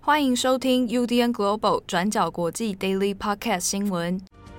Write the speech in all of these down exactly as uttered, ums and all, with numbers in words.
欢迎收听 U D N Global 转角国际 Daily Podcast 新闻。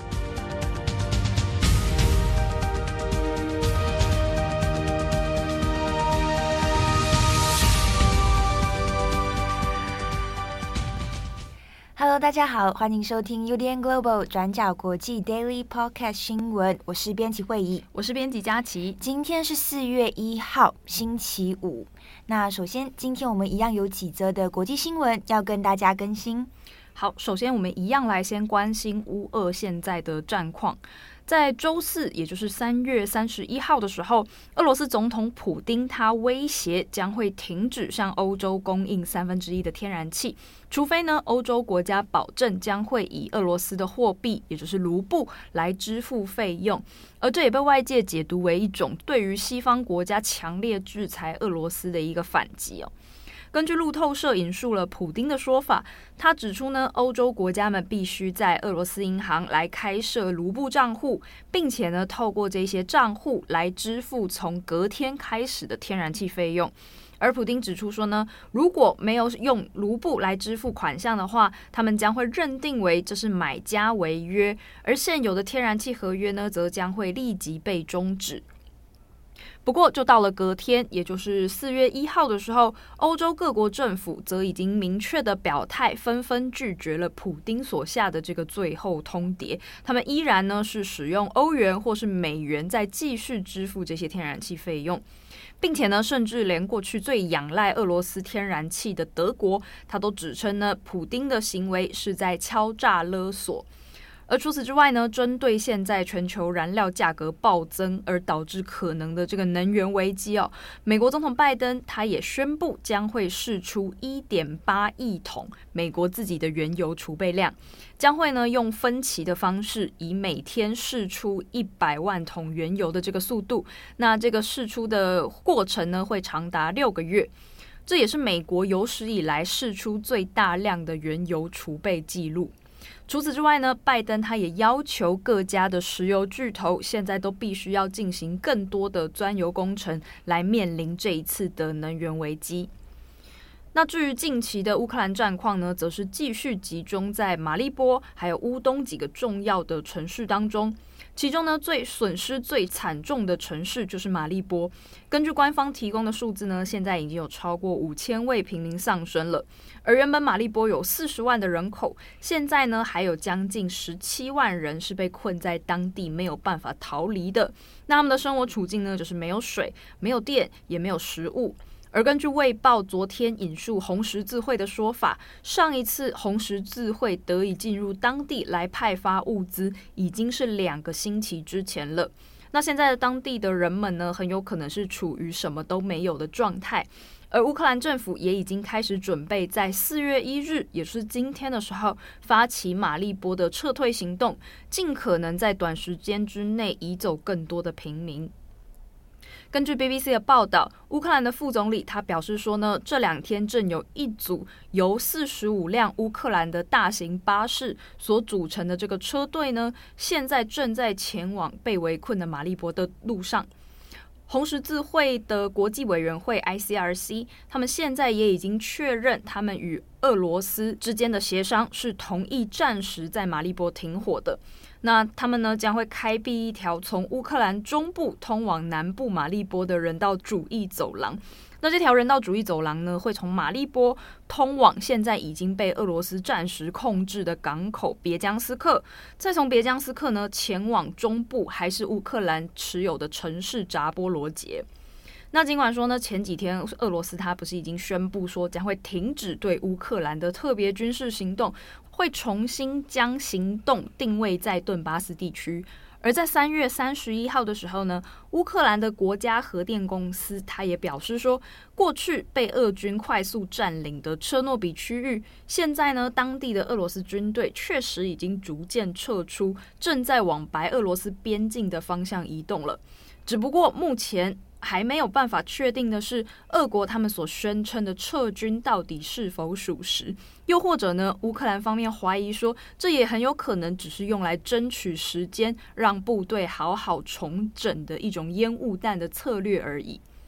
Hello， 大家好，欢迎收听 U D N Global 转角国际 Daily Podcast 新闻，我是编辑慧仪， 我是编辑佳琪。 今天是四月一号，星期五。那首先，今天我们一样有几则的国际新闻要跟大家更新。 好，首先我们一样来先关心乌俄现在的战况。在周四，也就是三月三十一号的时候，俄罗斯总统普丁他威胁将会停止向欧洲供应三分之一的天然气，除非呢欧洲国家保证将会以俄罗斯的货币，也就是卢布来支付费用。而这也被外界解读为一种对于西方国家强烈制裁俄罗斯的一个反击哦。根据路透社引述了普丁的说法，他指出呢，欧洲国家们必须在俄罗斯银行来开设卢布账户，并且呢，透过这些账户来支付从隔天开始的天然气费用。而普丁指出说呢，如果没有用卢布来支付款项的话，他们将会认定为这是买家违约，而现有的天然气合约呢，则将会立即被终止。不过，就到了隔天，也就是四月一号的时候，欧洲各国政府则已经明确的表态，纷纷拒绝了普丁所下的这个最后通牒。他们依然呢是使用欧元或是美元在继续支付这些天然气费用，并且呢，甚至连过去最仰赖俄罗斯天然气的德国，他都指称呢，普丁的行为是在敲诈勒索。而除此之外呢，针对现在全球燃料价格暴增而导致可能的这个能源危机哦，美国总统拜登他也宣布将会释出 一点八亿桶美国自己的原油储备量，将会呢用分期的方式，以每天释出一百万桶原油的这个速度，那这个释出的过程呢会长达六个月。这也是美国有史以来释出最大量的原油储备记录。除此之外呢，拜登他也要求各家的石油巨头现在都必须要进行更多的钻油工程，来面临这一次的能源危机。那至于近期的乌克兰战况呢，则是继续集中在马利波还有乌东几个重要的城市当中。其中呢，最损失最惨重的城市就是马利波。根据官方提供的数字呢，现在已经有超过五千位平民丧生了。而原本马利波有四十万的人口，现在呢还有将近十七万人是被困在当地没有办法逃离的。那他们的生活处境呢，就是没有水、没有电，也没有食物。而根据卫报昨天引述红十字会的说法，上一次红十字会得以进入当地来派发物资，已经是两个星期之前了。那现在的当地的人们呢，很有可能是处于什么都没有的状态。而乌克兰政府也已经开始准备在四月一日，也就是今天的时候，发起马利波的撤退行动，尽可能在短时间之内移走更多的平民。根据 B B C 的报道，乌克兰的副总理他表示说呢，这两天正有一组由四十五辆乌克兰的大型巴士所组成的这个车队呢，现在正在前往被围困的马利波的路上。红十字会的国际委员会 I C R C， 他们现在也已经确认，他们与俄罗斯之间的协商是同意暂时在马利波停火的。那他们呢将会开辟一条从乌克兰中部通往南部马利波的人道主义走廊。那这条人道主义走廊呢，会从马利波通往现在已经被俄罗斯暂时控制的港口别江斯克，再从别江斯克呢前往中部还是乌克兰持有的城市扎波罗杰。那尽管说呢，前几天俄罗斯他不是已经宣布说将会停止对乌克兰的特别军事行动，会重新将行动定位在顿巴斯地区。而在三月三十一号的时候呢，乌克兰的国家核电公司他也表示说，过去被俄军快速占领的车诺比区域，现在呢当地的俄罗斯军队确实已经逐渐撤出，正在往白俄罗斯边境的方向移动了。只不过目前还没有办法确定的是，俄国他们所宣称的撤军到底是否属实，又或者呢，乌克兰方面怀疑说，这也很有可能只是用来争取时间，让部队好好重整的一种烟雾弹的策略而已。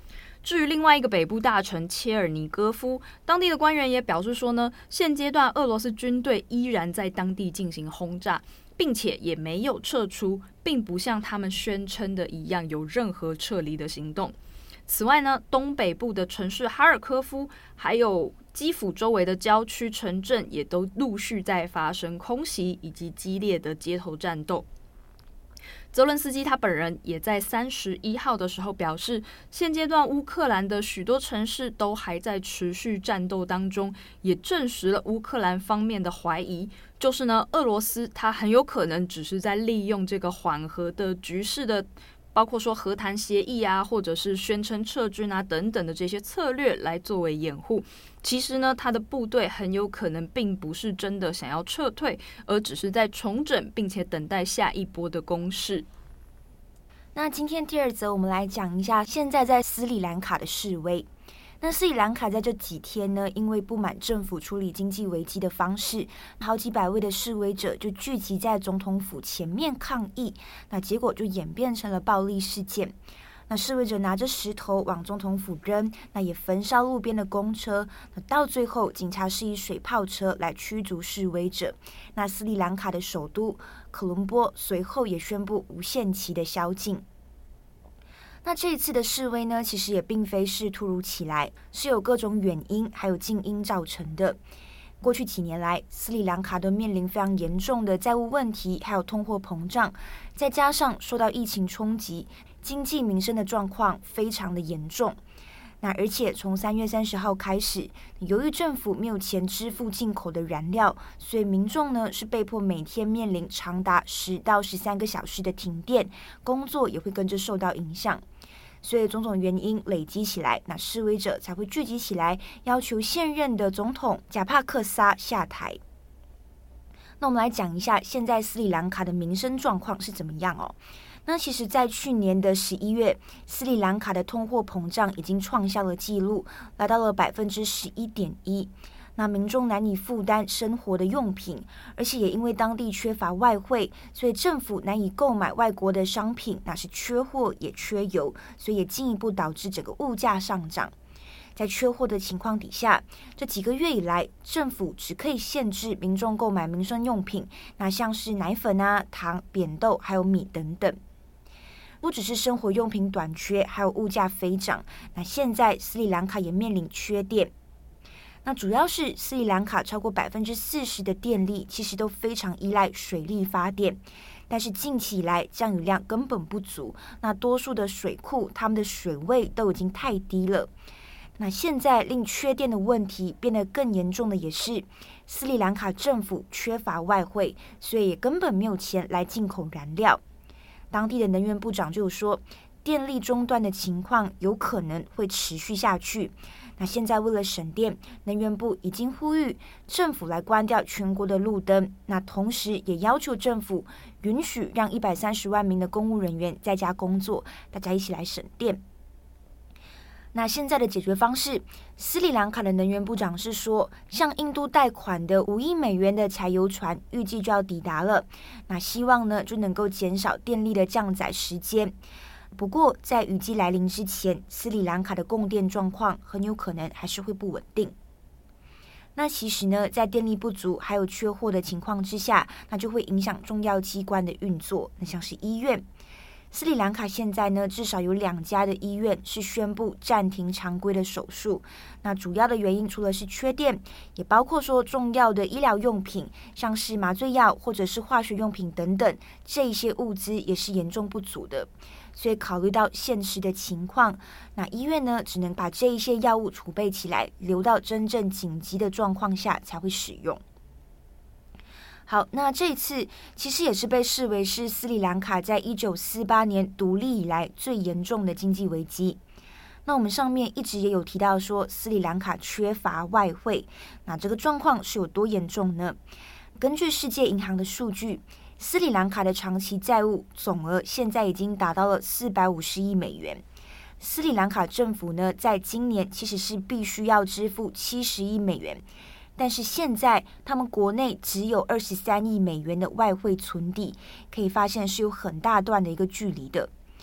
至于另外一个北部大臣切尔尼戈夫，当地的官员也表示说呢，现阶段俄罗斯军队依然在当地进行轰炸，并且也没有撤出，并不像他们宣称的一样有任何撤离的行动。此外呢，东北部的城市哈尔科夫还有基辅周围的郊区城镇也都陆续在发生空袭以及激烈的街头战斗。泽伦斯基他本人也在三十一号的时候表示，现阶段乌克兰的许多城市都还在持续战斗当中，也证实了乌克兰方面的怀疑，就是呢，俄罗斯他很有可能只是在利用这个缓和的局势的，包括说和谈协议啊，或者是宣称撤军啊等等的这些策略来作为掩护。其实呢，他的部队很有可能并不是真的想要撤退，而只是在重整，并且等待下一波的攻势。 那今天第二则，我们来讲一下现在在斯里兰卡的示威。那斯里兰卡在这几天呢，因为不满政府处理经济危机的方式，好几百位的示威者就聚集在总统府前面抗议，那结果就演变成了暴力事件。那示威者拿着石头往总统府扔，那也焚烧路边的公车，那到最后警察是以水炮车来驱逐示威者。那斯里兰卡的首都科伦坡随后也宣布无限期的宵禁。那这一次的示威呢，其实也并非是突如其来，是有各种原因还有静因造成的。过去几年来，斯里兰卡都面临非常严重的债务问题，还有通货膨胀，再加上受到疫情冲击，经济民生的状况非常的严重。那而且从三月三十号开始，由于政府没有钱支付进口的燃料，所以民众呢是被迫每天面临长达十到十三个小时的停电，工作也会跟着受到影响。所以种种原因累积起来，那示威者才会聚集起来，要求现任的总统贾帕克萨下台。那我们来讲一下现在斯里兰卡的民生状况是怎么样哦。那其实在去年的十一月，斯里兰卡的通货膨胀已经创下了纪录，来到了百分之十一点一。那民众难以负担生活的用品，而且也因为当地缺乏外汇，所以政府难以购买外国的商品，那是缺货也缺油，所以也进一步导致整个物价上涨。在缺货的情况底下，这几个月以来，政府只可以限制民众购买民生用品，那像是奶粉啊、糖、扁豆还有米等等。不只是生活用品短缺，还有物价飞涨，那现在斯里兰卡也面临缺电。那主要是斯里兰卡超过百分之四十的电力其实都非常依赖水力发电，但是近期以来降雨量根本不足，那多数的水库它们的水位都已经太低了。那现在令缺电的问题变得更严重的也是斯里兰卡政府缺乏外汇，所以也根本没有钱来进口燃料。当地的能源部长就说，电力中断的情况有可能会持续下去。那现在为了省电，能源部已经呼吁政府来关掉全国的路灯，那同时也要求政府允许让一百三十万名的公务人员在家工作，大家一起来省电。那现在的解决方式，斯里兰卡的能源部长是说，向印度贷款的五亿美元的柴油船预计就要抵达了，那希望呢就能够减少电力的降载时间。不过在雨季来临之前，斯里兰卡的供电状况很有可能还是会不稳定。那其实呢，在电力不足还有缺货的情况之下，那就会影响重要机关的运作，那像是医院。斯里兰卡现在呢，至少有两家的医院是宣布暂停常规的手术。那主要的原因除了是缺电，也包括说重要的医疗用品，像是麻醉药或者是化学用品等等，这些物资也是严重不足的。所以考虑到现实的情况，那医院呢只能把这一些药物储备起来，留到真正紧急的状况下才会使用。好，那这一次其实也是被视为是斯里兰卡在一九四八年独立以来最严重的经济危机。那我们上面一直也有提到说，斯里兰卡缺乏外汇，那这个状况是有多严重呢？根据世界银行的数据，斯里兰卡的长期债务总额现在已经达到了四百五十亿美元。斯里兰卡政府呢，在今年其实是必须要支付七十亿美元。但是现在他们国内只有二十三亿美元的外汇存底，可以发现是有很大段的一个距离的。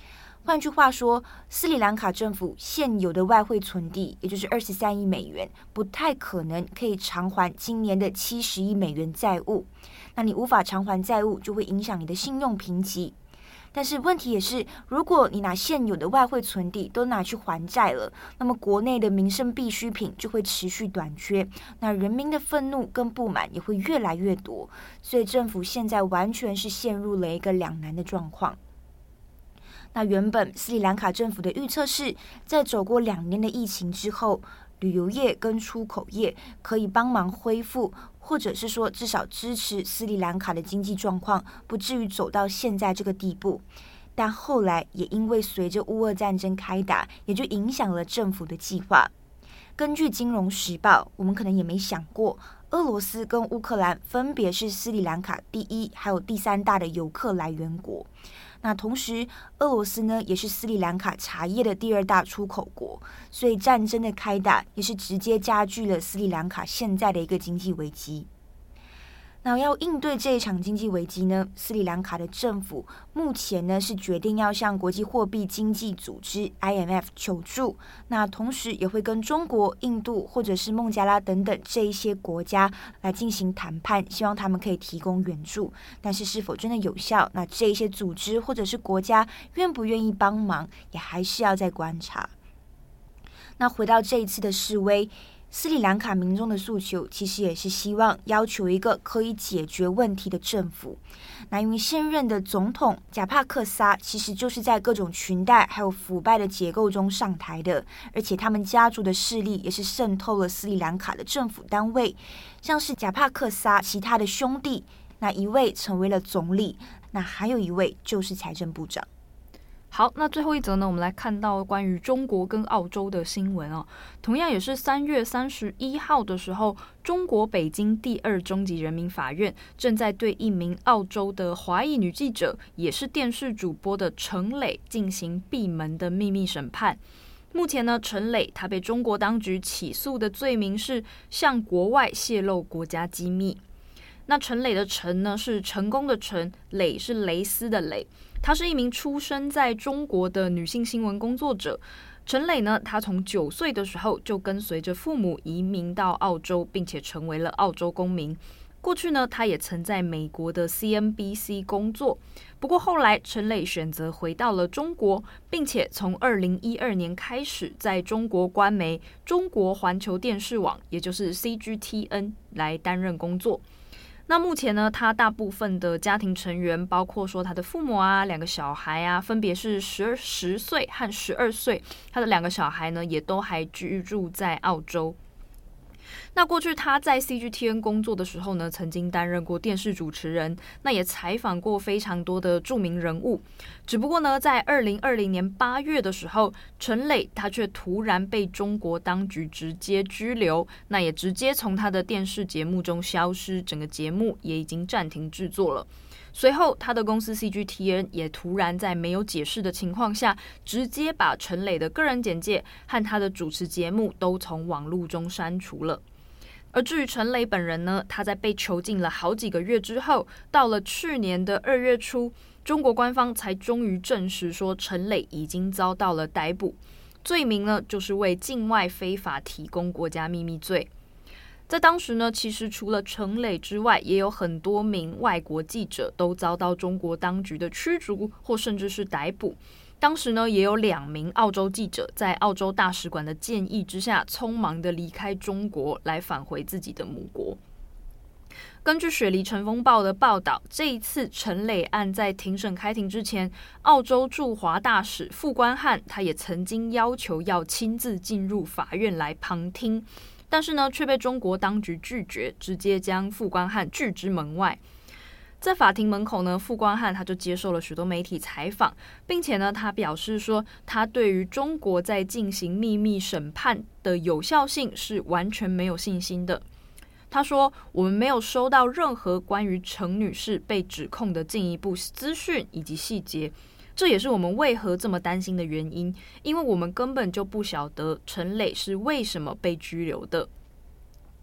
换句话说，斯里兰卡政府现有的外汇存底，也就是二十三亿美元，不太可能可以偿还今年的七十亿美元债务。那你无法偿还债务，就会影响你的信用评级。但是问题也是，如果你拿现有的外汇存底都拿去还债了，那么国内的民生必需品就会持续短缺，那人民的愤怒跟不满也会越来越多。所以政府现在完全是陷入了一个两难的状况。那原本斯里兰卡政府的预测是，在走过两年的疫情之后，旅游业跟出口业可以帮忙恢复，或者是说至少支持斯里兰卡的经济状况不至于走到现在这个地步。但后来也因为随着乌俄战争开打，也就影响了政府的计划。根据《金融时报》，我们可能也没想过，俄罗斯跟乌克兰分别是斯里兰卡第一还有第三大的游客来源国。那同时，俄罗斯呢也是斯里兰卡茶叶的第二大出口国，所以战争的开打也是直接加剧了斯里兰卡现在的一个经济危机。那要应对这一场经济危机呢，斯里兰卡的政府目前呢是决定要向国际货币经济组织 I M F 求助，那同时也会跟中国、印度或者是孟加拉等等这一些国家来进行谈判，希望他们可以提供援助。但是是否真的有效，那这一些组织或者是国家愿不愿意帮忙，也还是要再观察。那回到这一次的示威，斯里兰卡民众的诉求其实也是希望要求一个可以解决问题的政府。那因为现任的总统贾帕克萨其实就是在各种裙带还有腐败的结构中上台的，而且他们家族的势力也是渗透了斯里兰卡的政府单位，像是贾帕克萨其他的兄弟，那一位成为了总理，那还有一位就是财政部长。 好，那最后一则呢，我们来看到关于中国跟澳洲的新闻哦。同样也是三月三十一号的时候，中国北京第二中级人民法院正在对一名澳洲的华裔女记者，也是电视主播的陈磊进行闭门的秘密审判。目前呢，陈磊他被中国当局起诉的罪名是向国外泄露国家机密。那陈磊的陈呢是成功的陈，磊是蕾丝的蕾。她是一名出生在中国的女性新闻工作者。陈磊呢，她从九岁的时候就跟随着父母移民到澳洲，并且成为了澳洲公民。过去呢，她也曾在美国的 C N B C 工作。不过后来，陈磊选择回到了中国，并且从二零一二年开始，在中国官媒中国环球电视网，也就是 C G T N 来担任工作。那目前呢，他大部分的家庭成员，包括说他的父母啊，两个小孩啊，分别是十十岁和十二岁。他的两个小孩呢，也都还居住在澳洲。那过去他在 C G T N 工作的时候呢，曾经担任过电视主持人，那也采访过非常多的著名人物。只不过呢，在二零二零年八月的时候，陈磊他却突然被中国当局直接拘留，那也直接从他的电视节目中消失，整个节目也已经暂停制作了。随后，他的公司 C G T N 也突然在没有解释的情况下，直接把陈磊的个人简介和他的主持节目都从网络中删除了。而至于陈磊本人呢，他在被囚禁了好几个月之后，到了去年的二月初，中国官方才终于证实说陈磊已经遭到了逮捕，罪名呢就是为境外非法提供国家秘密罪。在当时呢，其实除了陈磊之外，也有很多名外国记者都遭到中国当局的驱逐或甚至是逮捕。当时呢，也有两名澳洲记者在澳洲大使馆的建议之下，匆忙的离开中国，来返回自己的母国。根据雪梨晨风报的报道，这一次陈磊案在庭审开庭之前，澳洲驻华大使傅观汉他也曾经要求要亲自进入法院来旁听，但是呢，却被中国当局拒绝，直接将傅观汉拒之门外。在法庭门口呢，傅观汉他就接受了许多媒体采访，并且呢，他表示说，他对于中国在进行秘密审判的有效性是完全没有信心的。他说，我们没有收到任何关于陈女士被指控的进一步资讯以及细节，这也是我们为何这么担心的原因，因为我们根本就不晓得陈磊是为什么被拘留的。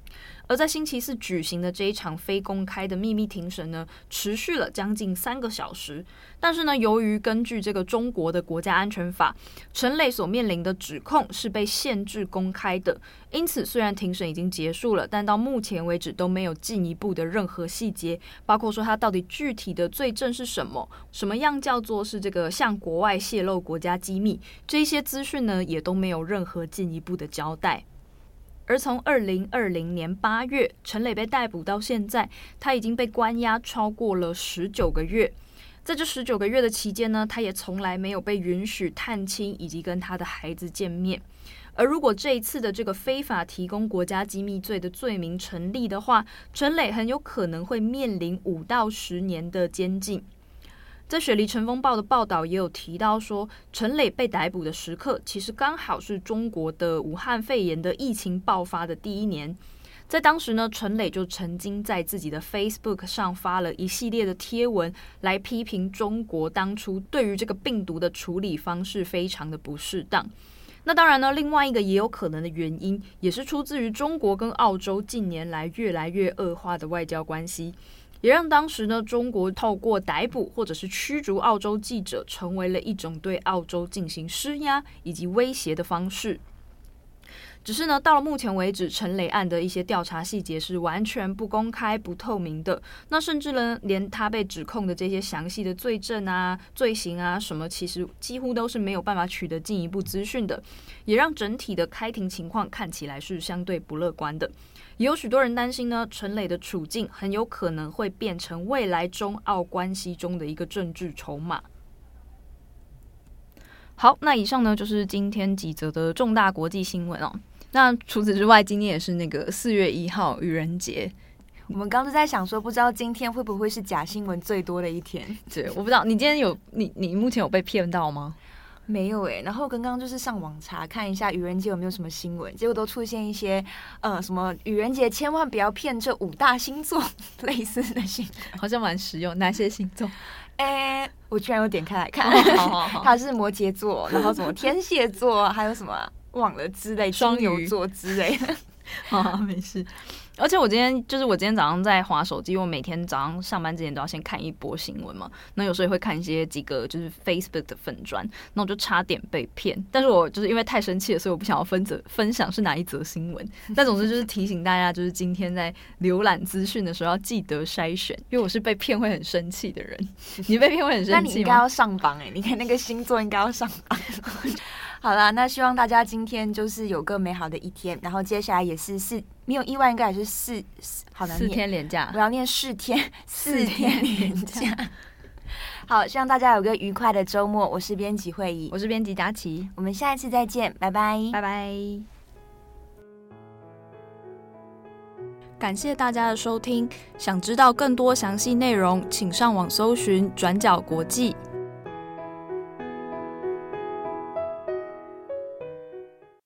而在星期四举行的这一场非公开的秘密庭审呢，持续了将近三个小时。但是呢，由于根据这个中国的国家安全法，陈磊所面临的指控是被限制公开的，因此虽然庭审已经结束了，但到目前为止都没有进一步的任何细节，包括说他到底具体的罪证是什么，什么样叫做是这个向国外泄露国家机密，这些资讯呢也都没有任何进一步的交代。而从二零二零年八月陈磊被逮捕到现在，他已经被关押超过了十九个月。在这十九个月的期间呢，他也从来没有被允许探亲以及跟他的孩子见面。而如果这一次的这个非法提供国家机密罪的罪名成立的话，陈磊很有可能会面临五到十年的监禁。在雪梨晨风报的报道也有提到说，陈磊被逮捕的时刻其实刚好是中国的武汉肺炎的疫情爆发的第一年。在当时呢，陈磊就曾经在自己的 Facebook 上发了一系列的贴文，来批评中国当初对于这个病毒的处理方式非常的不适当。那当然呢，另外一个也有可能的原因，也是出自于中国跟澳洲近年来越来越恶化的外交关系，也让当时呢，中国透过逮捕或者是驱逐澳洲记者，成为了一种对澳洲进行施压以及威胁的方式。只是呢，到了目前为止，陈磊案的一些调查细节是完全不公开、不透明的。那甚至呢，连他被指控的这些详细的罪证啊、罪行啊什么，其实几乎都是没有办法取得进一步资讯的，也让整体的开庭情况看起来是相对不乐观的。也有许多人担心呢，陈磊的处境很有可能会变成未来中澳关系中的一个政治筹码。好，那以上呢就是今天几则的重大国际新闻哦。那除此之外，今天也是那个四月一号愚人节。 我们刚刚在想说，不知道今天会不会是假新闻最多的一天？ 对，我不知道你今天有你你目前有被骗到吗？ 没有哎、欸，然后刚刚就是上网查看一下愚人节有没有什么新闻，结果都出现一些呃什么愚人节千万不要骗这五大星座类似的新闻， 好像蛮实用。哪些星座？ 哎、欸，我居然有点开来看， 哦、好好好， 它是摩羯座，然后什么天蝎座，还有什么、啊、忘了之类，双鱼座之类的。 好，没事。而且我今天就是我今天早上在滑手机，因为我每天早上上班之前都要先看一波新闻嘛。那有时候也会看一些几个就是 Facebook 的粉专，那我就差点被骗。但是我就是因为太生气了，所以我不想要分则分享是哪一则新闻。但总之就是提醒大家，就是今天在浏览资讯的时候要记得筛选，因为我是被骗会很生气的人。你被骗会很生气吗？ 那你应该要上榜哎、欸！你看那个星座应该要上榜。好啦，那希望大家今天就是有个美好的一天，然后接下来也是四，没有意外应该也是四，好难念， 四天连假， 我要念四天，四天连假。好，希望大家有个愉快的周末。我是编辑慧仪， 我是编辑佳琪， 我们下一次再见，拜拜， 拜拜。感谢大家的收听，想知道更多详细内容，请上网搜寻转角国际。